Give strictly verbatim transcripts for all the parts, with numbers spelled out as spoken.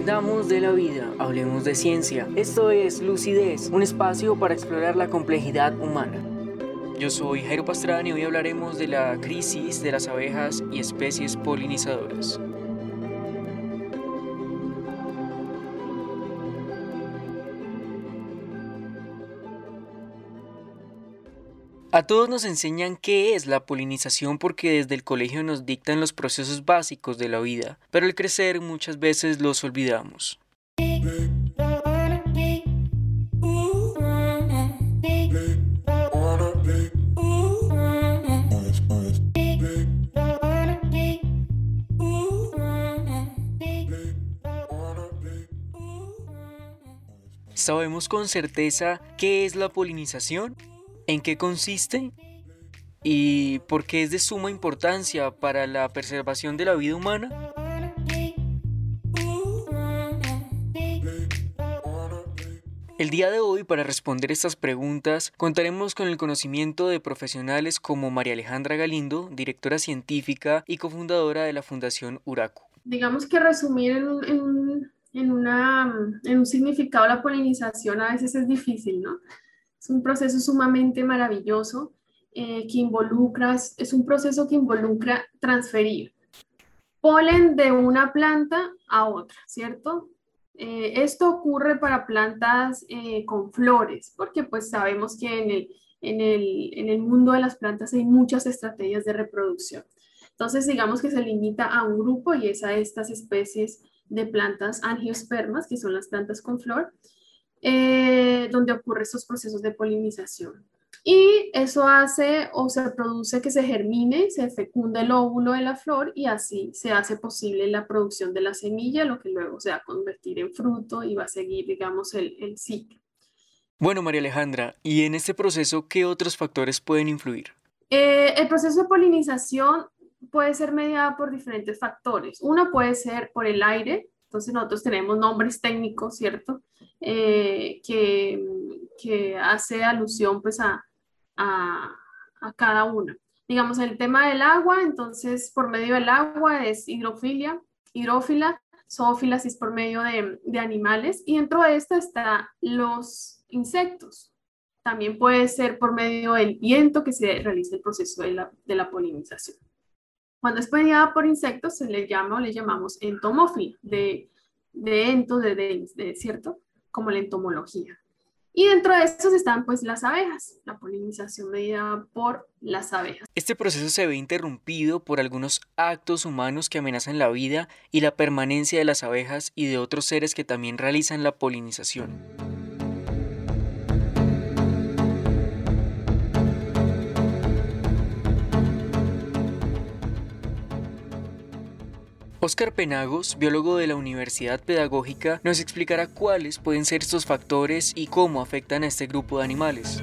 Aprendamos de la vida, hablemos de ciencia. Esto es Lucidez, un espacio para explorar la complejidad humana. Yo soy Jairo Pastrana y hoy hablaremos de la crisis de las abejas y especies polinizadoras. A todos nos enseñan qué es la polinización porque desde el colegio nos dictan los procesos básicos de la vida, pero al crecer muchas veces los olvidamos. ¿Sabemos con certeza qué es la polinización? ¿En qué consiste? ¿Y por qué es de suma importancia para la preservación de la vida humana? El día de hoy, para responder estas preguntas, contaremos con el conocimiento de profesionales como María Alejandra Galindo, directora científica y cofundadora de la Fundación Uraco. Digamos que resumir en un, en un, en una, en un significado la polinización a veces es difícil, ¿no? Es un proceso sumamente maravilloso eh, que involucra, es un proceso que involucra transferir polen de una planta a otra, ¿cierto? Eh, esto ocurre para plantas eh, con flores, porque pues sabemos que en el, en, el, en el mundo de las plantas hay muchas estrategias de reproducción. Entonces digamos que se limita a un grupo y es a estas especies de plantas angiospermas, que son las plantas con flor, Eh, donde ocurren estos procesos de polinización. Y eso hace o se produce que se germine, se fecunda el óvulo de la flor y así se hace posible la producción de la semilla, lo que luego se va a convertir en fruto y va a seguir, digamos, el, el ciclo. Bueno, María Alejandra, ¿y en este proceso qué otros factores pueden influir? Eh, el proceso de polinización puede ser mediado por diferentes factores. Uno puede ser por el aire, entonces nosotros tenemos nombres técnicos, ¿cierto? Eh, que, que hace alusión pues a, a, a cada una. Digamos, el tema del agua, entonces por medio del agua es hidrofilia, hidrófila, zoófila si es por medio de, de animales, y dentro de esto están los insectos. También puede ser por medio del viento que se realiza el proceso de la, de la polinización. Cuando es polinizada por insectos se le llama o le llamamos entomófila, de, de ento, de, de, de, ¿cierto? Como la entomología. Y dentro de estos están pues las abejas, la polinización mediada por las abejas. Este proceso se ve interrumpido por algunos actos humanos que amenazan la vida y la permanencia de las abejas y de otros seres que también realizan la polinización. Óscar Penagos, biólogo de la Universidad Pedagógica, nos explicará cuáles pueden ser estos factores y cómo afectan a este grupo de animales.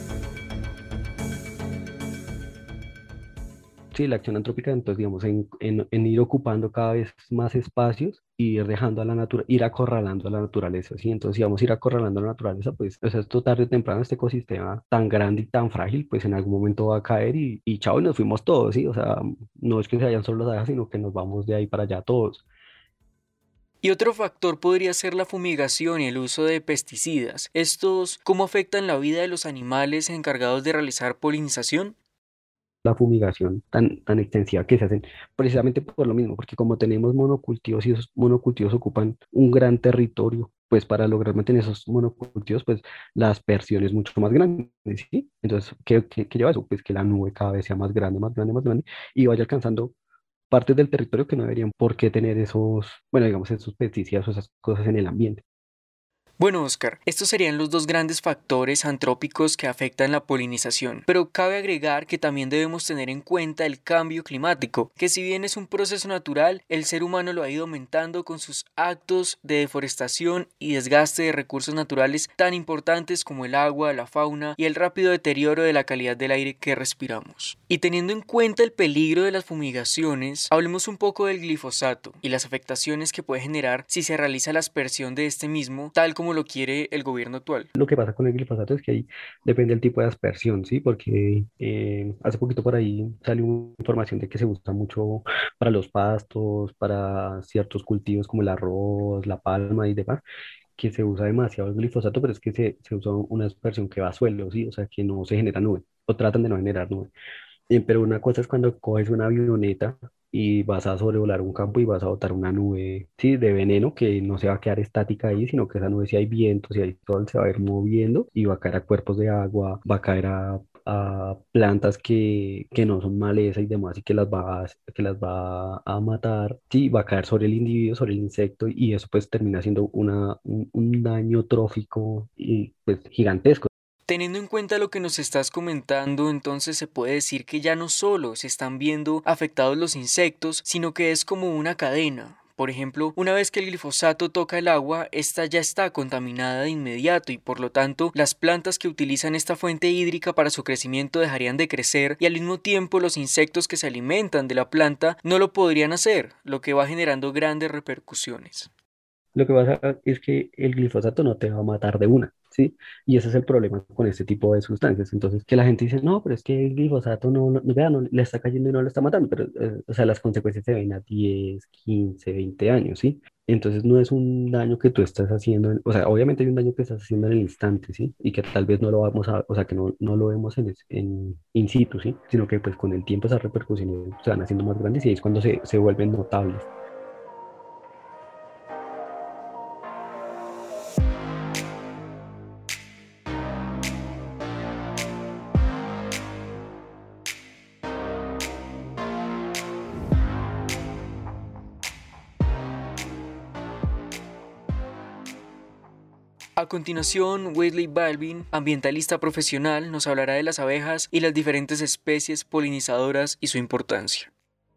Sí, la acción antrópica, entonces, digamos, en, en, en ir ocupando cada vez más espacios y ir dejando a la naturaleza, ir acorralando a la naturaleza, ¿sí? Entonces, si vamos a ir acorralando a la naturaleza, pues, o sea, esto tarde o temprano, este ecosistema tan grande y tan frágil, pues en algún momento va a caer y, y chao, y nos fuimos todos, ¿sí? O sea, no es que se vayan solo las abejas, sino que nos vamos de ahí para allá todos. Y otro factor podría ser la fumigación y el uso de pesticidas. ¿Estos cómo afectan la vida de los animales encargados de realizar polinización? La fumigación tan, tan extensiva que se hacen precisamente por lo mismo, porque como tenemos monocultivos y esos monocultivos ocupan un gran territorio, pues para lograr mantener esos monocultivos, pues la aspersión es mucho más grande, ¿sí? Entonces, ¿qué, qué, qué lleva eso? Pues que la nube cada vez sea más grande, más grande, más grande, y vaya alcanzando partes del territorio que no deberían por qué tener esos, bueno, digamos, esos pesticidas o esas cosas en el ambiente. Bueno, Óscar, estos serían los dos grandes factores antrópicos que afectan la polinización, pero cabe agregar que también debemos tener en cuenta el cambio climático, que si bien es un proceso natural, el ser humano lo ha ido aumentando con sus actos de deforestación y desgaste de recursos naturales tan importantes como el agua, la fauna y el rápido deterioro de la calidad del aire que respiramos. Y teniendo en cuenta el peligro de las fumigaciones, hablemos un poco del glifosato y las afectaciones que puede generar si se realiza la aspersión de este mismo, tal como como lo quiere el gobierno actual. Lo que pasa con el glifosato es que ahí depende del tipo de aspersión, ¿sí? Porque eh, hace poquito por ahí salió información de que se usa mucho para los pastos, para ciertos cultivos como el arroz, la palma y demás, que se usa demasiado el glifosato, pero es que se, se usa una aspersión que va a suelo, ¿sí? O sea, que no se genera nube, o tratan de no generar nube. Eh, pero una cosa es cuando coges una avioneta y vas a sobrevolar un campo y vas a botar una nube, sí, de veneno que no se va a quedar estática ahí, sino que esa nube, si hay viento, si hay sol, se va a ir moviendo y va a caer a cuerpos de agua, va a caer a, a plantas que, que no son maleza y demás y que las va, a- que las va a matar, sí, va a caer sobre el individuo, sobre el insecto y eso pues termina siendo una, un, un daño trófico y pues gigantesco. Teniendo en cuenta lo que nos estás comentando, entonces se puede decir que ya no solo se están viendo afectados los insectos, sino que es como una cadena. Por ejemplo, una vez que el glifosato toca el agua, esta ya está contaminada de inmediato y por lo tanto las plantas que utilizan esta fuente hídrica para su crecimiento dejarían de crecer y al mismo tiempo los insectos que se alimentan de la planta no lo podrían hacer, lo que va generando grandes repercusiones. Lo que pasa es que el glifosato no te va a matar de una, ¿sí? Y ese es el problema con este tipo de sustancias. Entonces, que la gente dice, no, pero es que el glifosato no, no, vea, no le está cayendo y no le está matando, pero, eh, o sea, las consecuencias se ven a diez, quince, veinte años, ¿sí? Entonces, no es un daño que tú estás haciendo, en- o sea, obviamente hay un daño que estás haciendo en el instante, ¿sí? Y que tal vez no lo vamos a, o sea, que no, no lo vemos en, es- en in situ, ¿sí? Sino que pues con el tiempo esas repercusiones se van haciendo más grandes y ahí es cuando se, se vuelven notables. A continuación, Wesley Balvin, ambientalista profesional, nos hablará de las abejas y las diferentes especies polinizadoras y su importancia.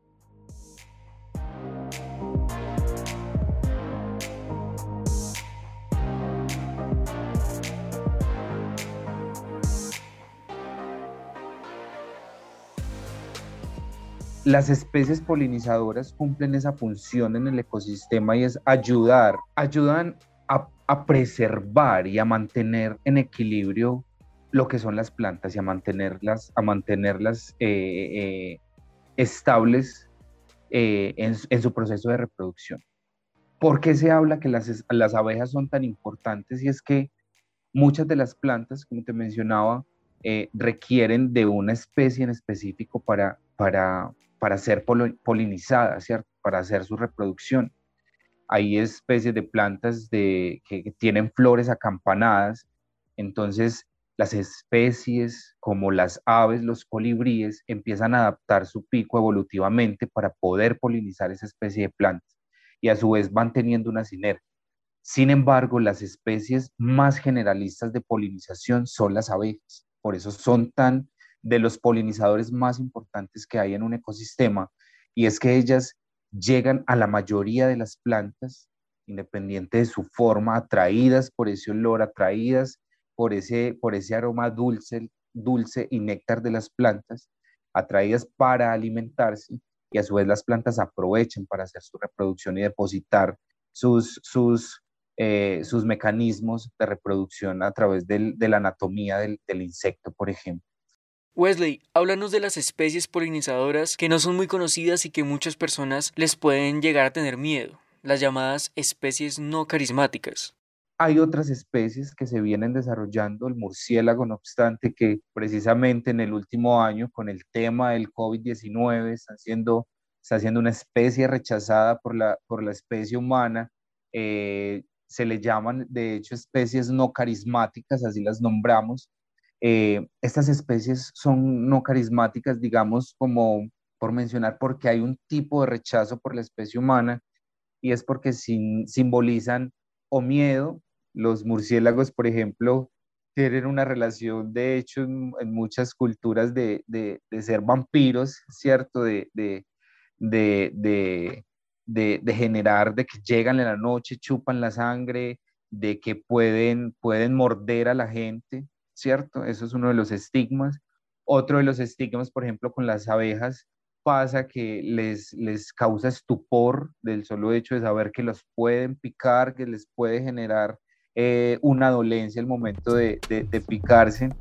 Las especies polinizadoras cumplen esa función en el ecosistema y es ayudar, ayudan a, a preservar y a mantener en equilibrio lo que son las plantas y a mantenerlas, a mantenerlas eh, eh, estables eh, en, en su proceso de reproducción. ¿Por qué se habla que las, las abejas son tan importantes? Y es que muchas de las plantas, como te mencionaba, eh, requieren de una especie en específico para, para, para ser polinizadas, ¿cierto? Para hacer su reproducción. Hay especies de plantas de, que, que tienen flores acampanadas, entonces las especies como las aves, los colibríes, empiezan a adaptar su pico evolutivamente para poder polinizar esa especie de plantas y a su vez van teniendo una sinergia. Sin embargo, las especies más generalistas de polinización son las abejas. Por eso son tan de los polinizadores más importantes que hay en un ecosistema. Y es que ellas llegan a la mayoría de las plantas, independiente de su forma, atraídas por ese olor, atraídas por ese, por ese aroma dulce, dulce y néctar de las plantas, atraídas para alimentarse y a su vez las plantas aprovechan para hacer su reproducción y depositar sus, sus eh, sus mecanismos de reproducción a través del, de la anatomía del, del insecto, por ejemplo. Wesley, háblanos de las especies polinizadoras que no son muy conocidas y que muchas personas les pueden llegar a tener miedo, las llamadas especies no carismáticas. Hay otras especies que se vienen desarrollando, el murciélago, no obstante, que precisamente en el último año, con el tema del COVID diecinueve, está siendo, está siendo una especie rechazada por la, por la especie humana. Eh, se le llaman, de hecho, especies no carismáticas, así las nombramos. Eh, estas especies son no carismáticas, digamos, como por mencionar, porque hay un tipo de rechazo por la especie humana y es porque sin, simbolizan o miedo. Los murciélagos, por ejemplo, tienen una relación, de hecho, en, en muchas culturas de, de, de, ser vampiros, ¿cierto? De, de, de, de, de, de generar, de que llegan en la noche, chupan la sangre, de que pueden, pueden morder a la gente, ¿cierto? Eso es uno de los estigmas. Otro de los estigmas, por ejemplo, con las abejas, pasa que les, les causa estupor del solo hecho de saber que los pueden picar, que les puede generar eh, una dolencia al momento de, de, de picarse.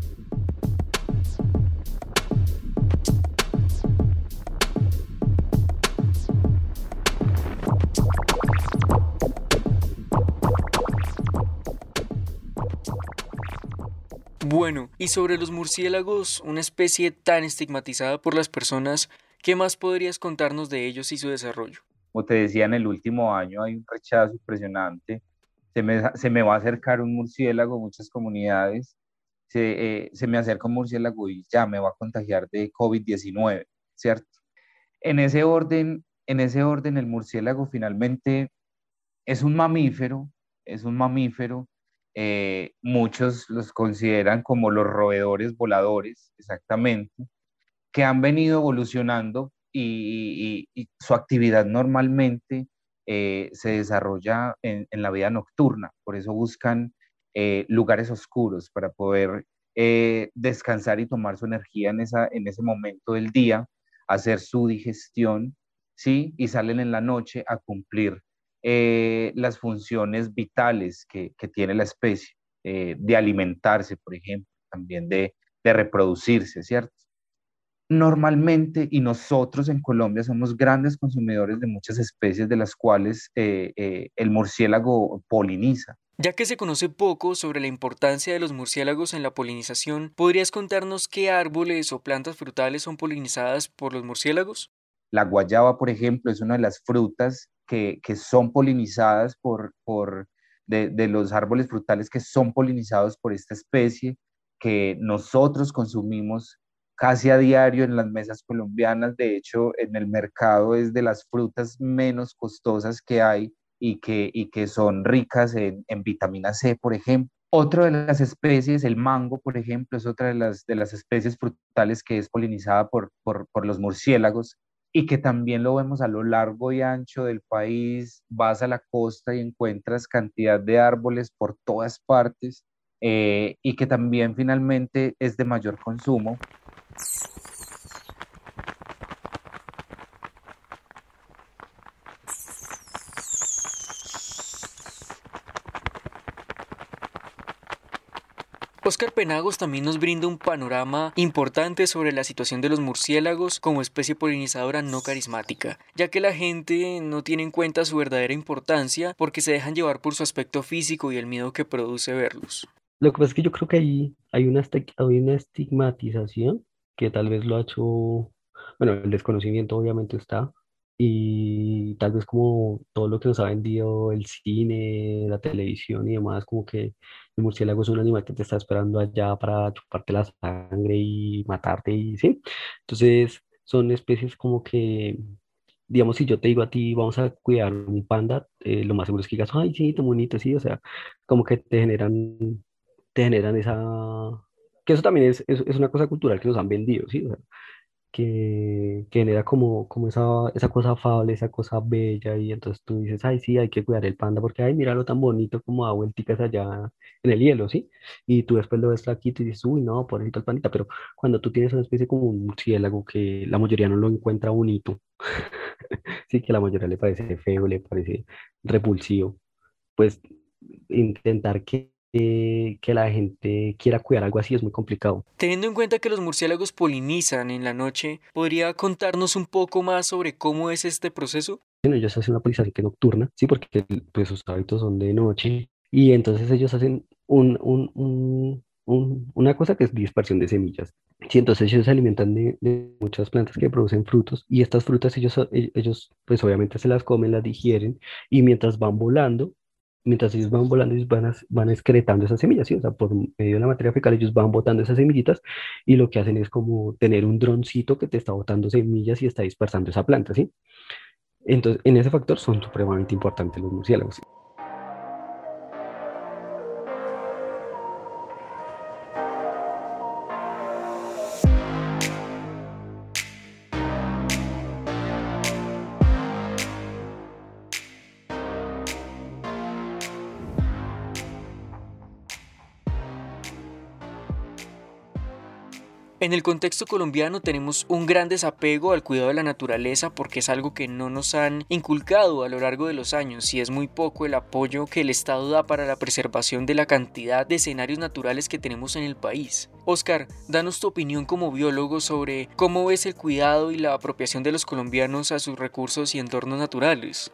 Bueno, y sobre los murciélagos, una especie tan estigmatizada por las personas, ¿qué más podrías contarnos de ellos y su desarrollo? Como te decía, en el último año hay un rechazo impresionante. Se me, se me va a acercar un murciélago, muchas comunidades, se, eh, se me acerca un murciélago y ya me va a contagiar de COVID diecinueve, ¿cierto? En ese orden, en ese orden, el murciélago finalmente es un mamífero, es un mamífero, eh, muchos los consideran como los roedores voladores, exactamente, que han venido evolucionando y, y- y su actividad normalmente eh, se desarrolla en, en la vida nocturna, por eso buscan eh, lugares oscuros para poder eh, descansar y tomar su energía en, esa, en ese momento del día, hacer su digestión, ¿sí? Y salen en la noche a cumplir eh, las funciones vitales que, que tiene la especie, eh, de alimentarse, por ejemplo, también de, de reproducirse, ¿cierto? Normalmente, y nosotros en Colombia somos grandes consumidores de muchas especies de las cuales eh, eh, el murciélago poliniza. Ya que se conoce poco sobre la importancia de los murciélagos en la polinización, ¿podrías contarnos qué árboles o plantas frutales son polinizadas por los murciélagos? La guayaba, por ejemplo, es una de las frutas que, que son polinizadas por, por de, de los árboles frutales que son polinizados por esta especie que nosotros consumimos casi a diario en las mesas colombianas. De hecho, en el mercado es de las frutas menos costosas que hay y que, y que son ricas en, en vitamina C, por ejemplo. Otra de las especies, el mango, por ejemplo, es otra de las, de las especies frutales que es polinizada por, por, por los murciélagos y que también lo vemos a lo largo y ancho del país. Vas a la costa y encuentras cantidad de árboles por todas partes, eh, y que también finalmente es de mayor consumo. Oscar Penagos también nos brinda un panorama importante sobre la situación de los murciélagos como especie polinizadora no carismática, ya que la gente no tiene en cuenta su verdadera importancia porque se dejan llevar por su aspecto físico y el miedo que produce verlos. Lo que pasa es que yo creo que ahí hay una, esti- hay una estigmatización que tal vez lo ha hecho, bueno, el desconocimiento obviamente está, y tal vez como todo lo que nos ha vendido el cine, la televisión y demás, como que el murciélago es un animal que te está esperando allá para chuparte la sangre y matarte, y sí. Entonces, son especies como que, digamos, si yo te digo a ti, vamos a cuidar un panda, eh, lo más seguro es que digas, ay, sí, tan bonito, sí, o sea, como que te generan te generan esa... Que eso también es, es, es una cosa cultural que nos han vendido, ¿sí? O sea, que, que genera como, como esa, esa cosa afable, esa cosa bella, y entonces tú dices, ay, sí, hay que cuidar el panda, porque, ay, míralo tan bonito como da vuelticas allá en el hielo, ¿sí? Y tú después lo ves flaquito y dices, uy, no, pobrecito el pandita, pero cuando tú tienes una especie como un murciélago que la mayoría no lo encuentra bonito, sí, que a la mayoría le parece feo, le parece repulsivo, pues intentar que, eh, que la gente quiera cuidar algo así es muy complicado. Teniendo en cuenta que los murciélagos polinizan en la noche, ¿podría contarnos un poco más sobre cómo es este proceso? Bueno, ellos hacen una polinización que es nocturna, sí, porque pues sus hábitos son de noche, y entonces ellos hacen un, un, un- un- una cosa que es dispersión de semillas. Sí, entonces ellos se alimentan de, de muchas plantas que producen frutos, y estas frutas ellos, e- ellos pues obviamente se las comen, las digieren, y mientras van volando, mientras ellos van volando, ellos van, as- van excretando esas semillas, ¿sí? O sea, por medio de la materia fecal ellos van botando esas semillitas, y lo que hacen es como tener un droncito que te está botando semillas y está dispersando esa planta, ¿sí? Entonces, en ese factor son supremamente importantes los murciélagos. En el contexto colombiano tenemos un gran desapego al cuidado de la naturaleza porque es algo que no nos han inculcado a lo largo de los años y es muy poco el apoyo que el Estado da para la preservación de la cantidad de escenarios naturales que tenemos en el país. Oscar, danos tu opinión como biólogo sobre cómo ves el cuidado y la apropiación de los colombianos a sus recursos y entornos naturales.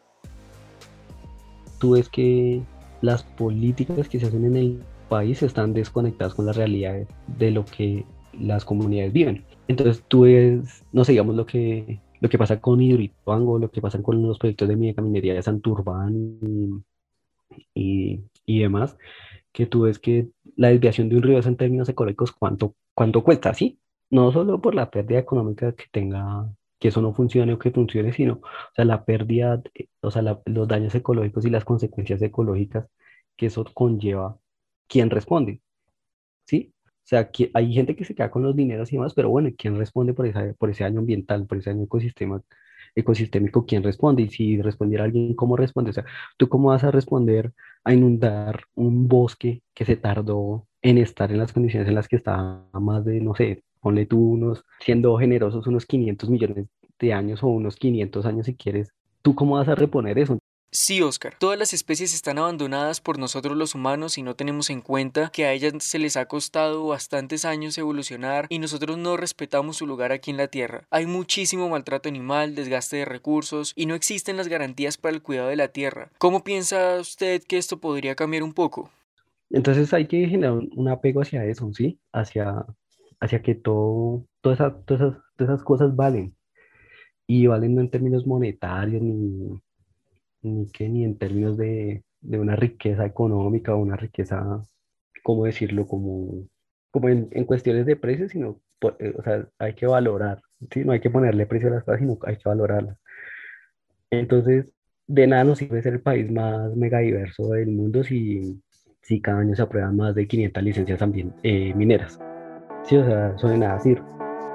Tú ves que las políticas que se hacen en el país están desconectadas con la realidad de lo que las comunidades viven. Entonces tú ves, no sé, digamos lo que, lo que pasa con Hidroituango, lo que pasa con los proyectos de minería de Santurbán y, y, y demás, que tú ves que la desviación de un río es en términos ecológicos cuánto, cuánto cuesta, ¿sí? No solo por la pérdida económica que tenga, que eso no funcione o que funcione, sino, o sea, la pérdida, o sea, la- los daños ecológicos y las consecuencias ecológicas que eso conlleva, ¿quién responde? ¿Sí? O sea, que hay gente que se queda con los dineros y demás, pero bueno, ¿quién responde por esa, por ese daño ambiental, por ese daño ecosistema, ecosistémico? ¿Quién responde? Y si respondiera alguien, ¿cómo responde? O sea, ¿tú cómo vas a responder a inundar un bosque que se tardó en estar en las condiciones en las que está más de, no sé, ponle tú unos, siendo generosos, unos quinientos millones de años o unos quinientos años si quieres? ¿Tú cómo vas a reponer eso? Sí, Oscar, todas las especies están abandonadas por nosotros los humanos y no tenemos en cuenta que a ellas se les ha costado bastantes años evolucionar y nosotros no respetamos su lugar aquí en la Tierra. Hay muchísimo maltrato animal, desgaste de recursos y no existen las garantías para el cuidado de la Tierra. ¿Cómo piensa usted que esto podría cambiar un poco? Entonces hay que generar un, un apego hacia eso, ¿sí? Hacia, hacia que todo, todas esas, todas esas, todas esas cosas valen. Y valen no en términos monetarios, ni, ni, que, ni en términos de, de una riqueza económica o una riqueza, ¿cómo decirlo? Como, como en, en cuestiones de precios, sino, po- eh, o sea, hay que valorar, ¿sí? No hay que ponerle precio a las cosas, sino que hay que valorarlas. Entonces, de nada nos sirve ser el país más megadiverso del mundo si, si cada año se aprueban más de quinientas licencias ambien- eh, mineras. Sí, o sea, eso de nada sirve.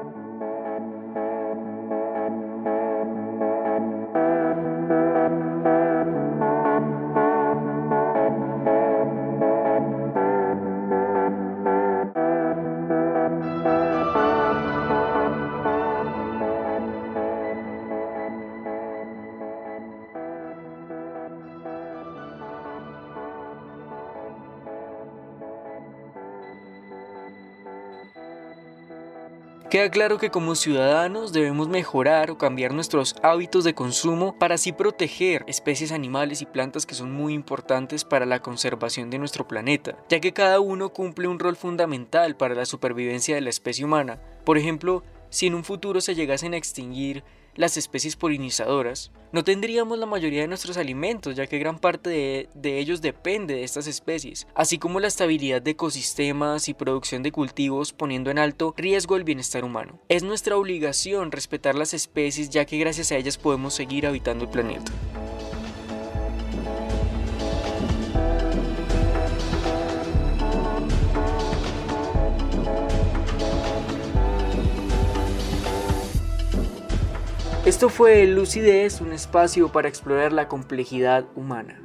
Queda claro que como ciudadanos debemos mejorar o cambiar nuestros hábitos de consumo para así proteger especies animales y plantas que son muy importantes para la conservación de nuestro planeta, ya que cada uno cumple un rol fundamental para la supervivencia de la especie humana. Por ejemplo, si en un futuro se llegasen a extinguir las especies polinizadoras, no tendríamos la mayoría de nuestros alimentos, ya que gran parte de, de ellos depende de estas especies, así como la estabilidad de ecosistemas y producción de cultivos, poniendo en alto riesgo el bienestar humano. Es nuestra obligación respetar las especies, ya que gracias a ellas podemos seguir habitando el planeta. Esto fue Lucidez, un espacio para explorar la complejidad humana.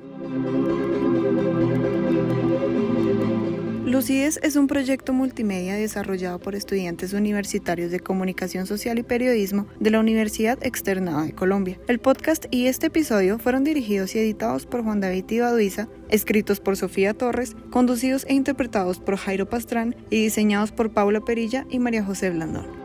Lucidez es un proyecto multimedia desarrollado por estudiantes universitarios de Comunicación Social y Periodismo de la Universidad Externada de Colombia. El podcast y este episodio fueron dirigidos y editados por Juan David Ibaduiza, escritos por Sofía Torres, conducidos e interpretados por Jairo Pastrán y diseñados por Paula Perilla y María José Blandón.